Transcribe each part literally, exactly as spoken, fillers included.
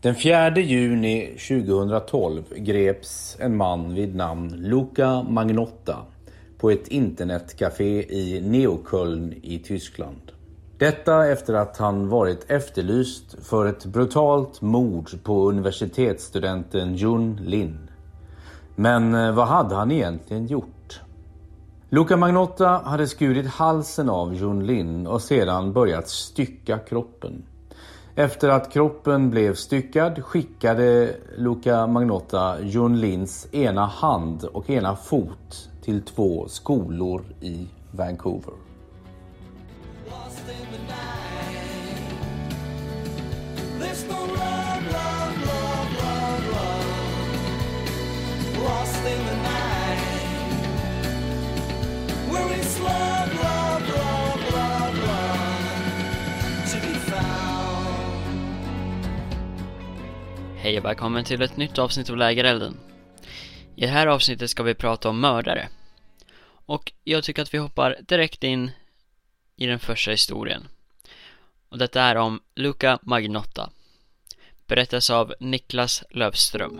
Den fjärde juni tjugohundratolv greps en man vid namn Luca Magnotta på ett internetcafé i Neukölln i Tyskland. Detta efter att han varit efterlyst för ett brutalt mord på universitetsstudenten Jun Lin. Men vad hade han egentligen gjort? Luca Magnotta hade skurit halsen av Jun Lin och sedan börjat stycka kroppen. Efter att kroppen blev styckad skickade Luca Magnotta Jun Lins ena hand och ena fot till två skolor i Vancouver. Hej och välkommen till ett nytt avsnitt av Lägerelden. I det här avsnittet ska vi prata om mördare. Och jag tycker att vi hoppar direkt in i den första historien. Och detta är om Luca Magnotta. Berättas av Niklas Löfström.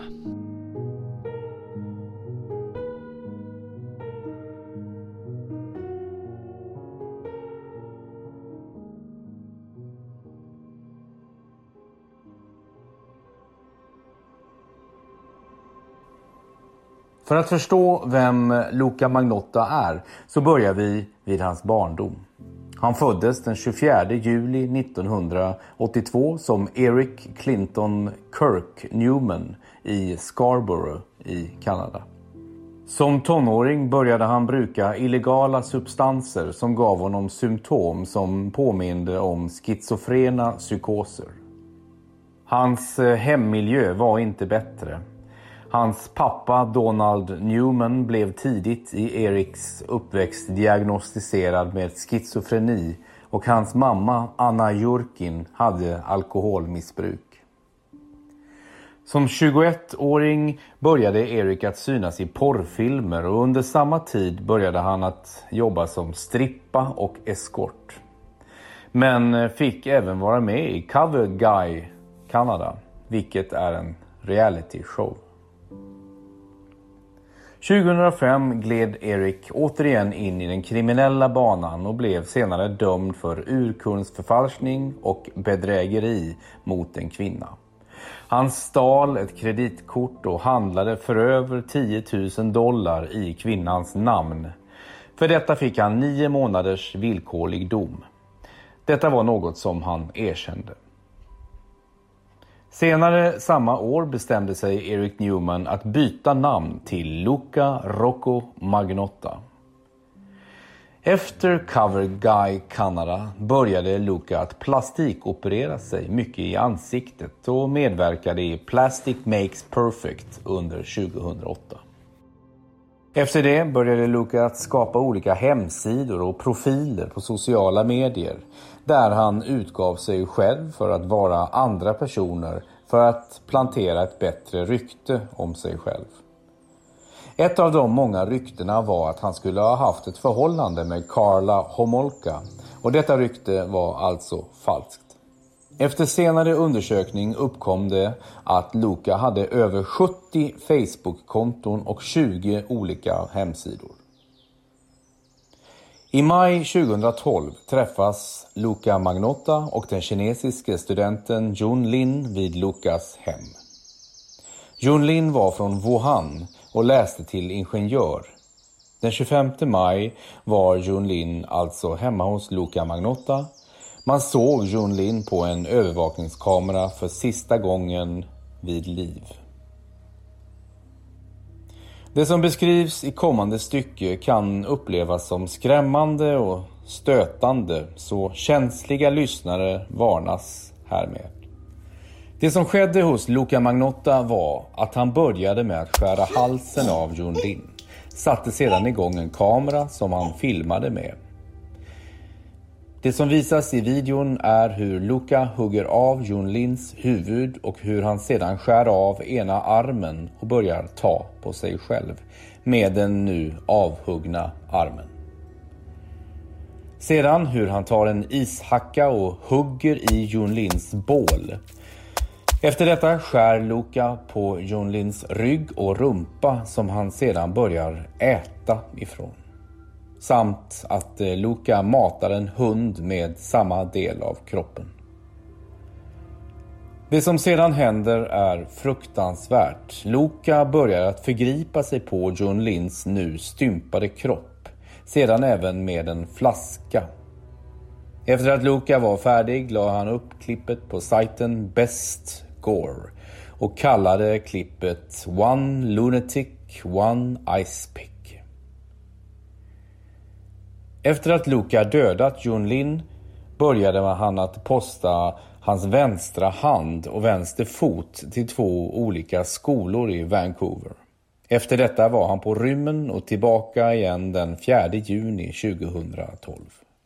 För att förstå vem Luca Magnotta är så börjar vi vid hans barndom. Han föddes den tjugofjärde juli nittonhundraåttiotvå som Eric Clinton Kirk Newman i Scarborough i Kanada. Som tonåring började han bruka illegala substanser som gav honom symptom som påminde om schizofrena psykoser. Hans hemmiljö var inte bättre. Hans pappa Donald Newman blev tidigt i Erics uppväxt diagnostiserad med schizofreni och hans mamma Anna Jurkin hade alkoholmissbruk. Som tjugoettåring började Eric att synas i porrfilmer och under samma tid började han att jobba som strippa och eskort. Men fick även vara med i Cover Guy Canada, vilket är en reality show. tjugohundrafem gled Eric återigen in i den kriminella banan och blev senare dömd för urkundsförfalskning och bedrägeri mot en kvinna. Han stal ett kreditkort och handlade för över tio tusen dollar i kvinnans namn. För detta fick han nio månaders villkorlig dom. Detta var något som han erkände. Senare samma år bestämde sig Eric Newman att byta namn till Luca Rocco Magnotta. Efter Cover Guy Canada började Luca att plastikoperera sig mycket i ansiktet och medverkade i Plastic Makes Perfect under tjugohundraåtta. Efter det började Luca att skapa olika hemsidor och profiler på sociala medier där han utgav sig själv för att vara andra personer för att plantera ett bättre rykte om sig själv. Ett av de många ryktena var att han skulle ha haft ett förhållande med Karla Homolka och detta rykte var alltså falskt. Efter senare undersökning uppkom det att Luca hade över sjuttio Facebook-konton och tjugo olika hemsidor. I maj tjugohundratolv träffas Luca Magnotta och den kinesiske studenten Jun Lin vid Lucas hem. Jun Lin var från Wuhan och läste till ingenjör. Den tjugofemte maj var Jun Lin alltså hemma hos Luca Magnotta. Man såg Jun Lin på en övervakningskamera för sista gången vid liv. Det som beskrivs i kommande stycke kan upplevas som skrämmande och stötande, så känsliga lyssnare varnas härmed. Det som skedde hos Luca Magnotta var att han började med att skära halsen av Jun Lin, satte sedan igång en kamera som han filmade med. Det som visas i videon är hur Luca hugger av Jun Lins huvud och hur han sedan skär av ena armen och börjar ta på sig själv med den nu avhuggna armen. Sedan hur han tar en ishacka och hugger i Jun Lins bål. Efter detta skär Luca på Jun Lins rygg och rumpa som han sedan börjar äta ifrån. Samt att Luca matar en hund med samma del av kroppen. Det som sedan händer är fruktansvärt. Luca börjar att förgripa sig på Jun Lins nu stympade kropp. Sedan även med en flaska. Efter att Luca var färdig la han upp klippet på sajten Best Gore och kallade klippet One Lunatic, One Ice Pick. Efter att Luca dödat Jun Lin började han att posta hans vänstra hand och vänster fot till två olika skolor i Vancouver. Efter detta var han på rymmen och tillbaka igen den fjärde juni tjugohundratolv.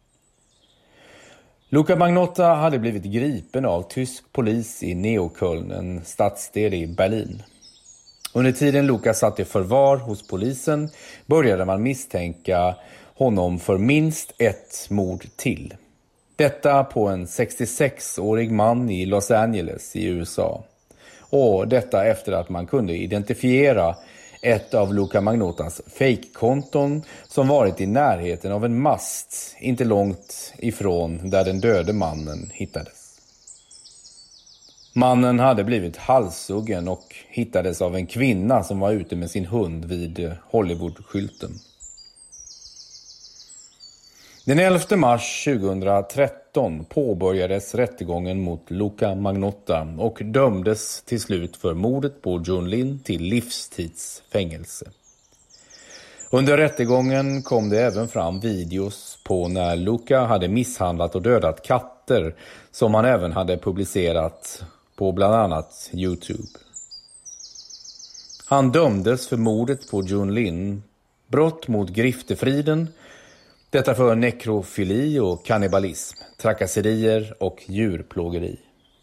Luca Magnotta hade blivit gripen av tysk polis i Neukölln, en stadsdel i Berlin. Under tiden Luca satt i förvar hos polisen började man misstänka honom för minst ett mord till. Detta på en sextiosex-årig man i Los Angeles i U S A. Och detta efter att man kunde identifiera ett av Luca Magnottas fake-konton som varit i närheten av en mast inte långt ifrån där den döde mannen hittades. Mannen hade blivit halshuggen och hittades av en kvinna som var ute med sin hund vid Hollywood-skylten. Den elfte mars tjugohundratretton påbörjades rättegången mot Luca Magnotta och dömdes till slut för mordet på Jun Lin till livstidsfängelse. Under rättegången kom det även fram videos på när Luca hade misshandlat och dödat katter som han även hade publicerat på bland annat YouTube. Han dömdes för mordet på Jun Lin, brott mot griftefriden, detta för nekrofili och kannibalism, trakasserier och djurplågeri.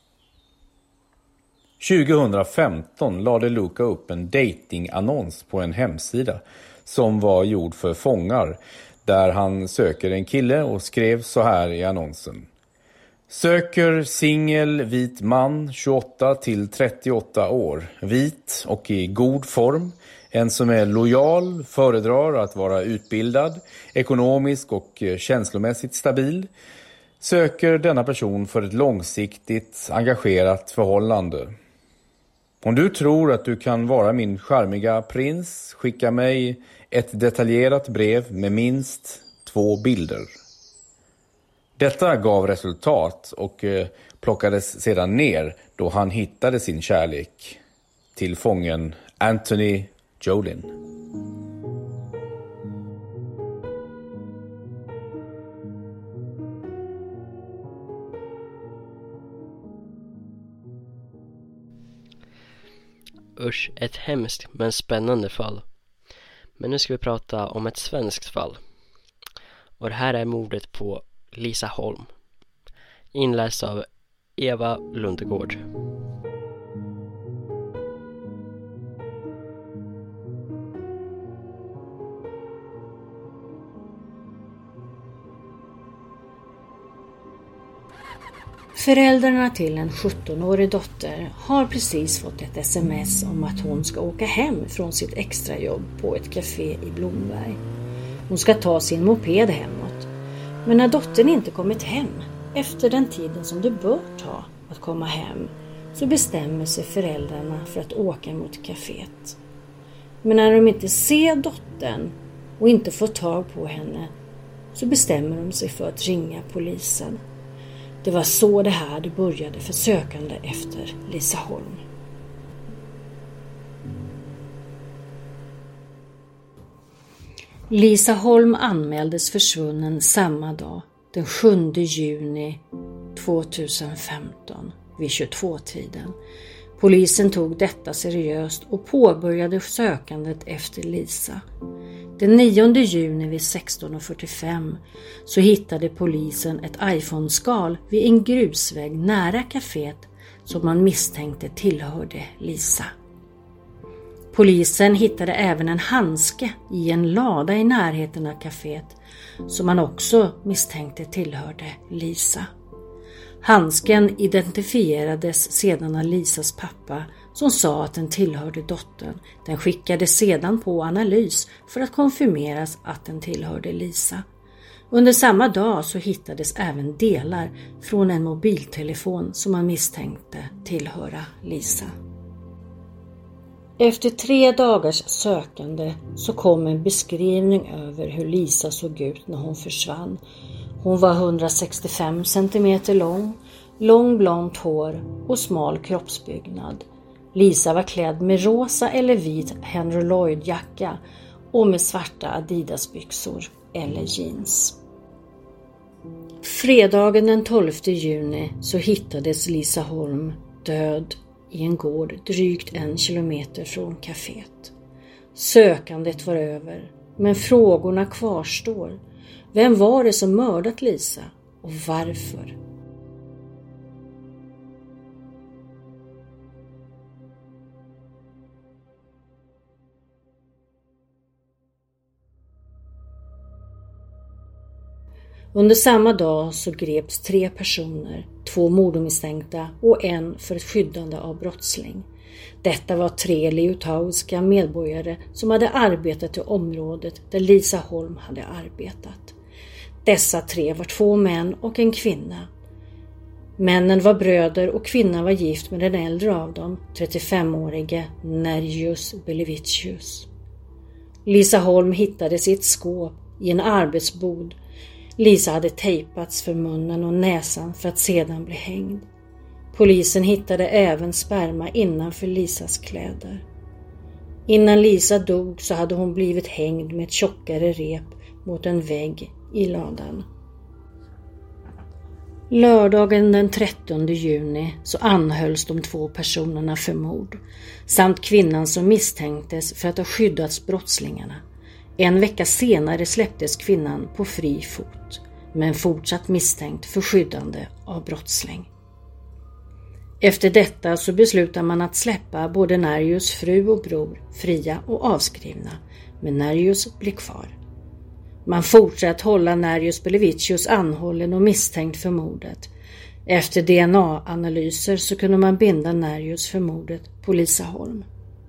tjugohundrafemton lade Luca upp en datingannons på en hemsida som var gjord för fångar där han söker en kille och skrev så här i annonsen. Söker singel vit man tjugoåtta till trettioåtta år, vit och i god form. En som är lojal, föredrar att vara utbildad, ekonomisk och känslomässigt stabil. Söker denna person för ett långsiktigt, engagerat förhållande. Om du tror att du kan vara min charmiga prins, skicka mig ett detaljerat brev med minst två bilder. Detta gav resultat och plockades sedan ner då han hittade sin kärlek till fången Anthony Jolin. Usch, ett hemskt men spännande fall. Men nu ska vi prata om ett svenskt fall. Och det här är mordet på Lisa Holm. Inläst av Eva Lundegård. Föräldrarna till en sjuttonårig dotter har precis fått ett sms om att hon ska åka hem från sitt extrajobb på ett café i Blomberg. Hon ska ta sin moped hemåt. Men när dottern inte kommit hem efter den tiden som det bör ta att komma hem så bestämmer sig föräldrarna för att åka mot kaféet. Men när de inte ser dottern och inte får tag på henne så bestämmer de sig för att ringa polisen. Det var så det här det började för sökande efter Lisa Holm. Lisa Holm anmäldes försvunnen samma dag, den sjunde juni tjugohundrafemton, vid tjugotvå-tiden. Polisen tog detta seriöst och påbörjade sökandet efter Lisa. Den nionde juni vid sexton fyrtiofem så hittade polisen ett iPhone-skal vid en grusväg nära kaféet som man misstänkte tillhörde Lisa. Polisen hittade även en handske i en lada i närheten av kaféet som man också misstänkte tillhörde Lisa. Handsken identifierades sedan av Lisas pappa som sa att den tillhörde dottern. Den skickades sedan på analys för att konfirmeras att den tillhörde Lisa. Under samma dag så hittades även delar från en mobiltelefon som man misstänkte tillhöra Lisa. Efter tre dagars sökande så kom en beskrivning över hur Lisa såg ut när hon försvann. Hon var hundrasextiofem centimeter lång, lång blont hår och smal kroppsbyggnad. Lisa var klädd med rosa eller vit Henry Lloyd-jacka och med svarta Adidas-byxor eller jeans. Fredagen den tolfte juni så hittades Lisa Holm död i en gård drygt en kilometer från kaféet. Sökandet var över, men frågorna kvarstår. Vem var det som mördat Lisa och varför? Under samma dag så greps tre personer, två mordmisstänkta och en för ett skyddande av brottsling. Detta var tre litauiska medborgare som hade arbetat i området där Lisa Holm hade arbetat. Dessa tre var två män och en kvinna. Männen var bröder och kvinnan var gift med den äldre av dem, trettiofemårige Nerijus Belivicius. Lisa Holm hittades i ett skåp i en arbetsbod. Lisa hade tejpats för munnen och näsan för att sedan bli hängd. Polisen hittade även sperma innanför Lisas kläder. Innan Lisa dog så hade hon blivit hängd med ett tjockare rep mot en vägg i ladan. Lördagen den trettonde juni så anhölls de två personerna för mord samt kvinnan som misstänktes för att ha skyddat brottslingarna. En vecka senare släpptes kvinnan på fri fot, men fortsatt misstänkt för skyddande av brottsling. Efter detta så beslutar man att släppa både Nerijus fru och bror fria och avskrivna, men Nerijus blir kvar. Man fortsätter hålla Nerijus Belivicius anhållen och misstänkt för mordet. Efter D N A-analyser så kunde man binda Nerijus för mordet på Lisa Holm.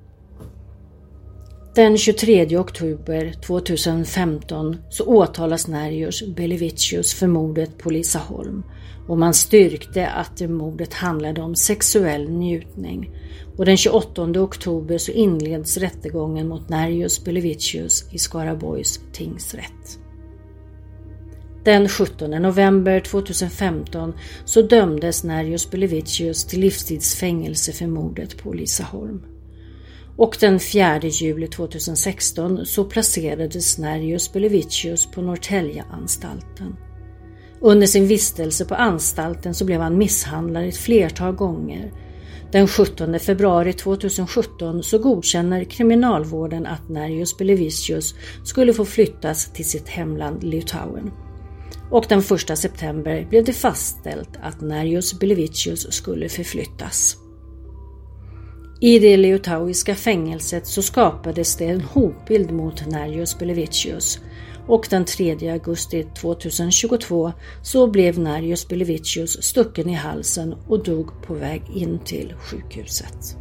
Den tjugotredje oktober tjugohundrafemton så åtalas Nerijus Belivicius för mordet på Lisa Holm och man styrkte att det mordet handlade om sexuell njutning, och den tjugoåttonde oktober så inleds rättegången mot Nerijus Belivicius i Skaraborgs tingsrätt. Den sjuttonde november tjugohundrafemton så dömdes Nerijus Belivicius till livstidsfängelse för mordet på Lisa Holm. Och den fjärde juli tjugohundrasexton så placerades Nerijus Belivicius på Norrtäljeanstalten. Under sin vistelse på anstalten så blev han misshandlad ett flertal gånger. Den sjuttonde februari tjugohundrasjutton så godkänner kriminalvården att Nerijus Belivicius skulle få flyttas till sitt hemland Litauen. Och den första september blev det fastställt att Nerijus Belivicius skulle förflyttas. I det litauiska fängelset så skapades det en hotbild mot Nerijus Belivicius, och den tredje augusti tjugohundratjugotvå så blev Nerijus Belivicius stucken i halsen och dog på väg in till sjukhuset.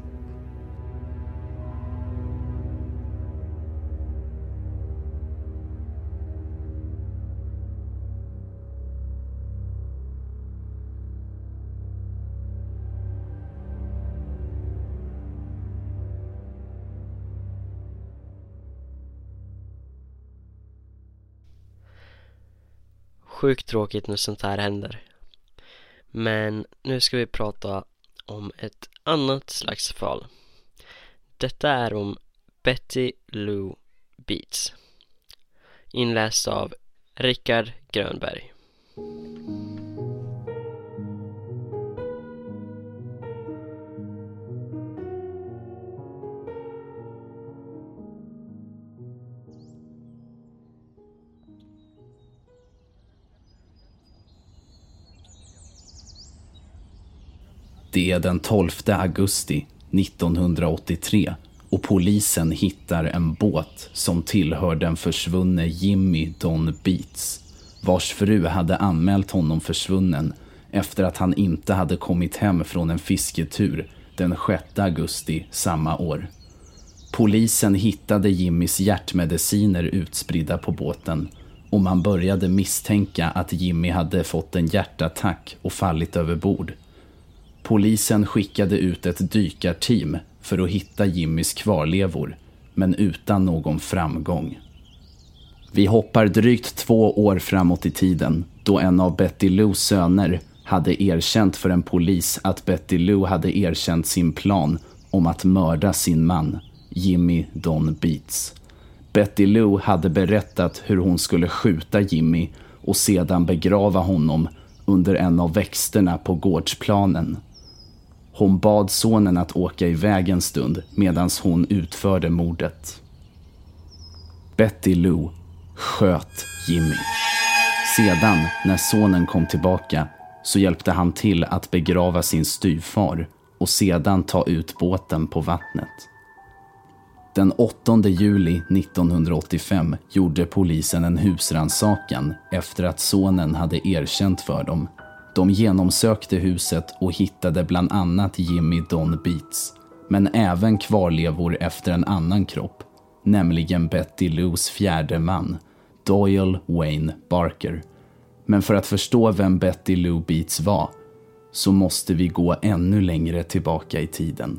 Sjukt tråkigt när sånt här händer. Men nu ska vi prata om ett annat slags fall. Detta är om Betty Lou Beets. Inläst av Rickard Grönberg. Det är den tolfte augusti nittonhundraåttiotre och polisen hittar en båt som tillhör den försvunne Jimmy Don Beets, vars fru hade anmält honom försvunnen efter att han inte hade kommit hem från en fisketur den sjätte augusti samma år. Polisen hittade Jimmys hjärtmediciner utspridda på båten och man började misstänka att Jimmy hade fått en hjärtattack och fallit över bord. Polisen skickade ut ett dykarteam för att hitta Jimmys kvarlevor, men utan någon framgång. Vi hoppar drygt två år framåt i tiden, då en av Betty Loos söner hade erkänt för en polis att Betty Lou hade erkänt sin plan om att mörda sin man, Jimmy Don Beats. Betty Lou hade berättat hur hon skulle skjuta Jimmy och sedan begrava honom under en av växterna på gårdsplanen. Hon bad sonen att åka iväg en stund medan hon utförde mordet. Betty Lou sköt Jimmy. Sedan, när sonen kom tillbaka, så hjälpte han till att begrava sin styvfar och sedan ta ut båten på vattnet. Den åttonde juli nittonhundraåttiofem gjorde polisen en husrannsakan efter att sonen hade erkänt för dem. De genomsökte huset och hittade bland annat Jimmy Don Beats, men även kvarlevor efter en annan kropp, nämligen Betty Loos fjärde man, Doyle Wayne Barker. Men för att förstå vem Betty Lou Beats var så måste vi gå ännu längre tillbaka i tiden.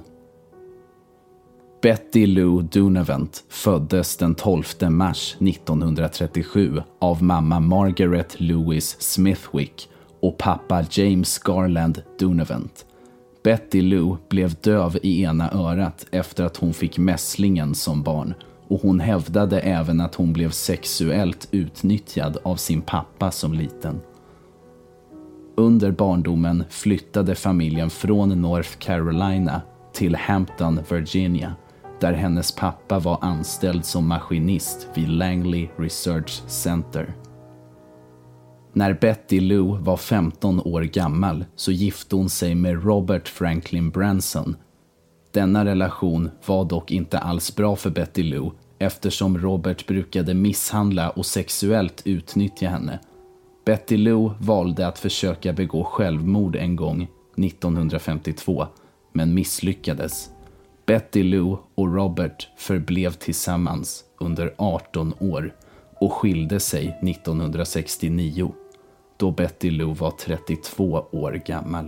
Betty Lou Dunavant föddes den tolfte mars nittonhundratrettiosju av mamma Margaret Louise Smithwick och pappa James Garland Dunavant. Betty Lou blev döv i ena örat efter att hon fick mässlingen som barn, och hon hävdade även att hon blev sexuellt utnyttjad av sin pappa som liten. Under barndomen flyttade familjen från North Carolina till Hampton, Virginia, där hennes pappa var anställd som maskinist vid Langley Research Center. När Betty Lou var femton år gammal så gifte hon sig med Robert Franklin Branson. Denna relation var dock inte alls bra för Betty Lou eftersom Robert brukade misshandla och sexuellt utnyttja henne. Betty Lou valde att försöka begå självmord en gång, nittonhundrafemtiotvå, men misslyckades. Betty Lou och Robert förblev tillsammans under arton år och skilde sig nittonhundrasextionio, då Betty Lou var trettiotvå år gammal.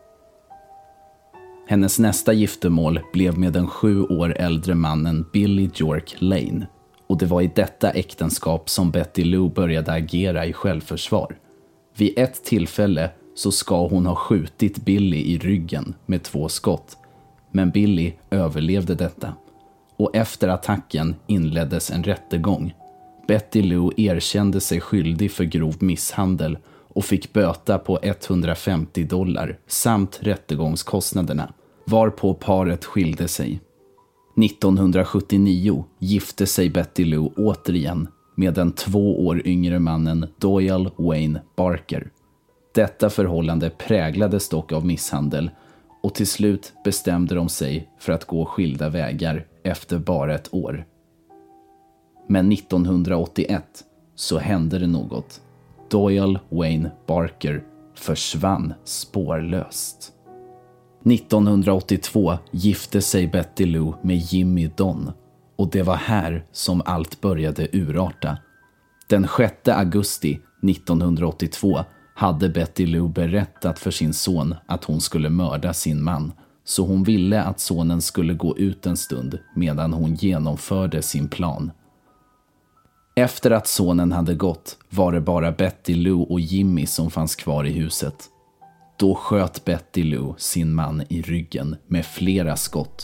Hennes nästa giftermål blev med den sju år äldre mannen Billy York Lane, och det var i detta äktenskap som Betty Lou började agera i självförsvar. Vid ett tillfälle så ska hon ha skjutit Billy i ryggen med två skott, men Billy överlevde detta. Och efter attacken inleddes en rättegång. Betty Lou erkände sig skyldig för grov misshandel och fick böta på etthundrafemtio dollar samt rättegångskostnaderna, varpå paret skilde sig. nittonhundrasjuttionio gifte sig Betty Lou återigen med den två år yngre mannen Doyle Wayne Barker. Detta förhållande präglades dock av misshandel, och till slut bestämde de sig för att gå skilda vägar efter bara ett år. Men nittonhundraåttioett så hände det något. Doyle Wayne Barker försvann spårlöst. nittonhundraåttiotvå gifte sig Betty Lou med Jimmy Don, och det var här som allt började urarta. Den sjätte augusti nittonhundraåttiotvå hade Betty Lou berättat för sin son att hon skulle mörda sin man, så hon ville att sonen skulle gå ut en stund medan hon genomförde sin plan. Efter att sonen hade gått var det bara Betty Lou och Jimmy som fanns kvar i huset. Då sköt Betty Lou sin man i ryggen med flera skott.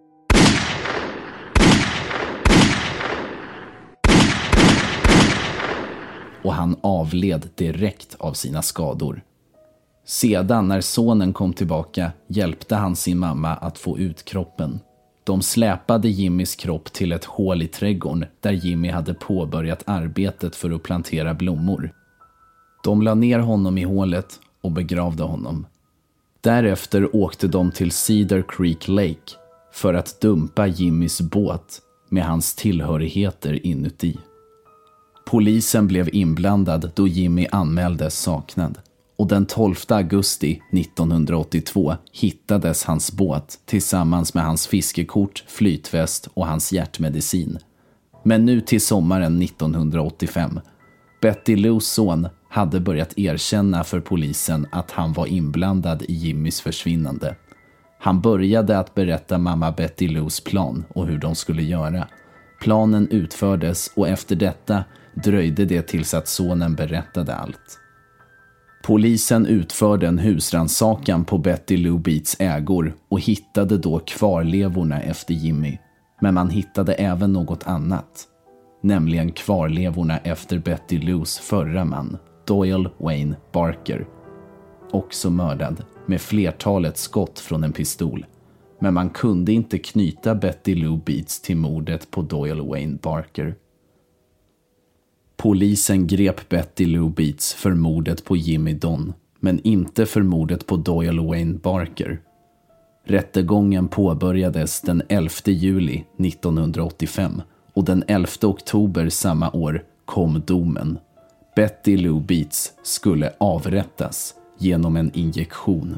Och han avled direkt av sina skador. Sedan när sonen kom tillbaka hjälpte han sin mamma att få ut kroppen. De släpade Jimmys kropp till ett hål i trädgården där Jimmy hade påbörjat arbetet för att plantera blommor. De la ner honom i hålet och begravde honom. Därefter åkte de till Cedar Creek Lake för att dumpa Jimmys båt med hans tillhörigheter inuti. Polisen blev inblandad då Jimmy anmäldes saknad, och den tolfte augusti nittonhundraåttiotvå hittades hans båt tillsammans med hans fiskekort, flytväst och hans hjärtmedicin. Men nu till sommaren nittonhundraåttiofem. Betty Lou's son hade börjat erkänna för polisen att han var inblandad i Jimmys försvinnande. Han började att berätta mamma Betty Lou's plan och hur de skulle göra. Planen utfördes och efter detta dröjde det tills att sonen berättade allt. Polisen utförde en husrannsakan på Betty Lou Beats ägor och hittade då kvarlevorna efter Jimmy. Men man hittade även något annat. Nämligen kvarlevorna efter Betty Lou's förra man, Doyle Wayne Barker. Också mördad med flertalet skott från en pistol. Men man kunde inte knyta Betty Lou Beats till mordet på Doyle Wayne Barker. Polisen grep Betty Lou Beats för mordet på Jimmy Don, men inte för mordet på Doyle Wayne Barker. Rättegången påbörjades den elfte juli nittonhundraåttiofem och den elfte oktober samma år kom domen. Betty Lou Beats skulle avrättas genom en injektion.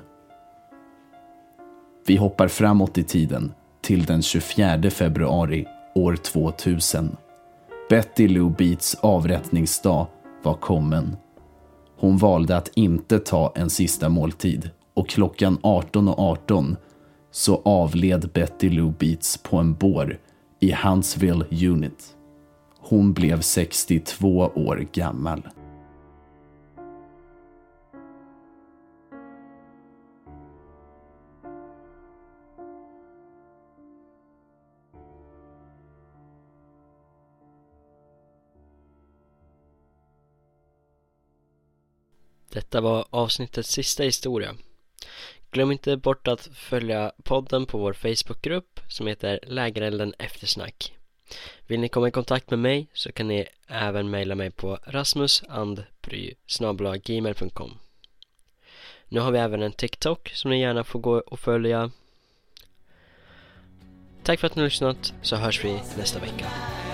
Vi hoppar framåt i tiden till den tjugofjärde februari år tvåtusen. Betty Lou Beats avrättningsdag var kommen. Hon valde att inte ta en sista måltid och klockan arton och arton så avled Betty Lou Beats på en bår i Huntsville Unit. Hon blev sextiotvå år gammal. Detta var avsnittets sista historia. Glöm inte bort att följa podden på vår Facebookgrupp som heter Lägerelden Eftersnack. Vill ni komma i kontakt med mig så kan ni även mejla mig på rasmusandbry snabel-a gmail punkt com. Nu har vi även en TikTok som ni gärna får gå och följa. Tack för att ni har lyssnat, så hörs vi nästa vecka.